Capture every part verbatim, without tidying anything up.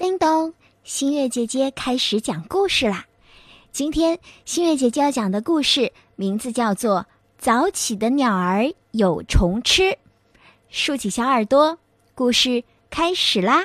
叮咚，新月姐姐开始讲故事啦！今天新月姐姐要讲的故事名字叫做《早起的鸟儿有虫吃》。竖起小耳朵，故事开始啦！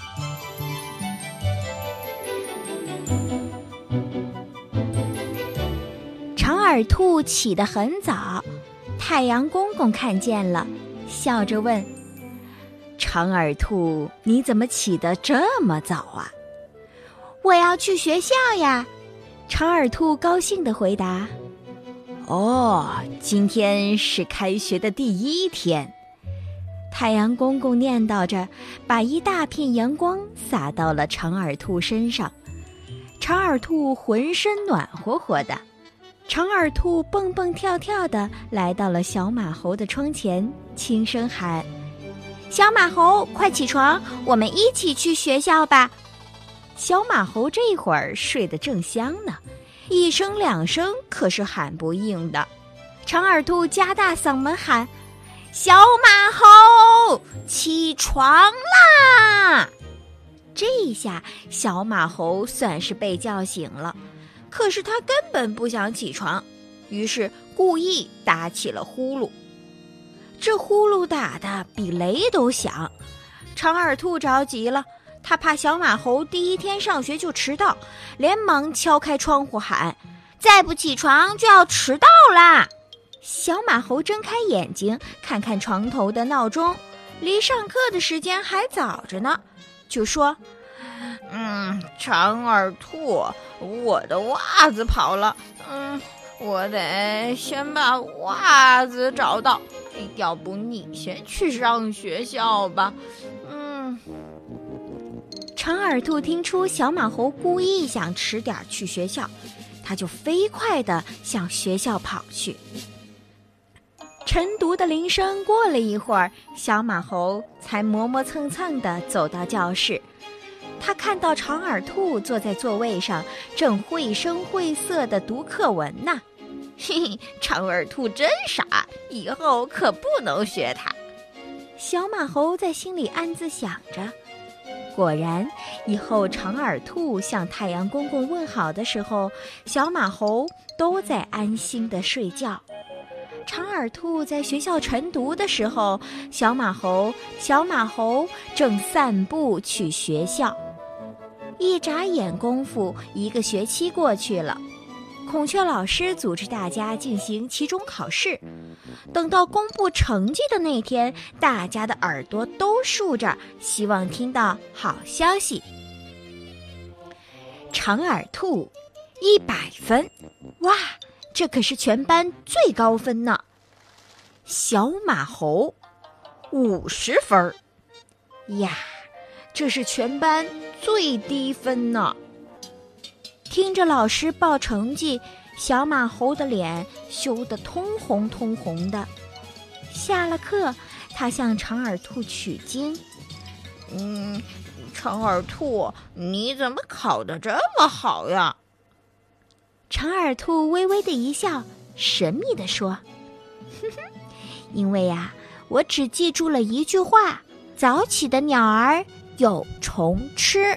长耳兔起得很早，太阳公公看见了，笑着问：长耳兔，你怎么起得这么早啊？我要去学校呀！长耳兔高兴地回答。哦，今天是开学的第一天。太阳公公念叨着，把一大片阳光洒到了长耳兔身上。长耳兔浑身暖和和的。长耳兔蹦蹦跳跳地来到了小马猴的窗前，轻声喊：小马猴，快起床，我们一起去学校吧。小马猴这会儿睡得正香呢，一声两声可是喊不应的。长耳兔加大嗓门喊：小马猴，起床啦！这一下小马猴算是被叫醒了，可是他根本不想起床，于是故意打起了呼噜。这呼噜打得比雷都响，长耳兔着急了，他怕小马猴第一天上学就迟到，连忙敲开窗户喊：再不起床就要迟到啦！小马猴睁开眼睛，看看床头的闹钟，离上课的时间还早着呢，就说：嗯，长耳兔，我的袜子跑了，嗯，我得先把袜子找到，要不你先去上学校吧。嗯。长耳兔听出小马猴故意想迟点去学校，他就飞快地向学校跑去。晨读的铃声过了一会儿，小马猴才磨磨蹭蹭地走到教室。他看到长耳兔坐在座位上，正绘声绘色地读课文呢。嘿嘿，长耳兔真傻，以后可不能学它。小马猴在心里暗自想着。果然，以后长耳兔向太阳公公问好的时候，小马猴都在安心地睡觉。长耳兔在学校晨读的时候，小马猴小马猴正散步去学校。一眨眼功夫，一个学期过去了。孔雀老师组织大家进行期中考试，等到公布成绩的那天，大家的耳朵都竖着，希望听到好消息。长耳兔一百分，哇，这可是全班最高分呢。小马猴五十分呀，这是全班最低分呢。听着老师报成绩，小马猴的脸羞得通红通红的。下了课，他向长耳兔取经：嗯，长耳兔，你怎么考得这么好呀？长耳兔微微的一笑，神秘地说：哼哼，因为呀、啊，我只记住了一句话：早起的鸟儿有虫吃。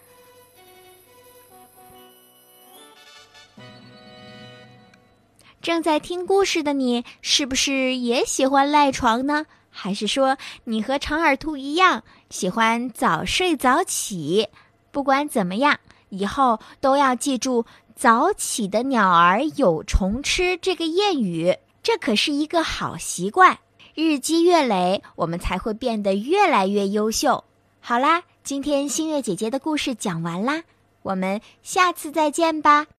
正在听故事的你，是不是也喜欢赖床呢？还是说你和长耳兔一样，喜欢早睡早起？不管怎么样，以后都要记住早起的鸟儿有虫吃这个谚语，这可是一个好习惯。日积月累，我们才会变得越来越优秀。好啦，今天新月姐姐的故事讲完啦，我们下次再见吧。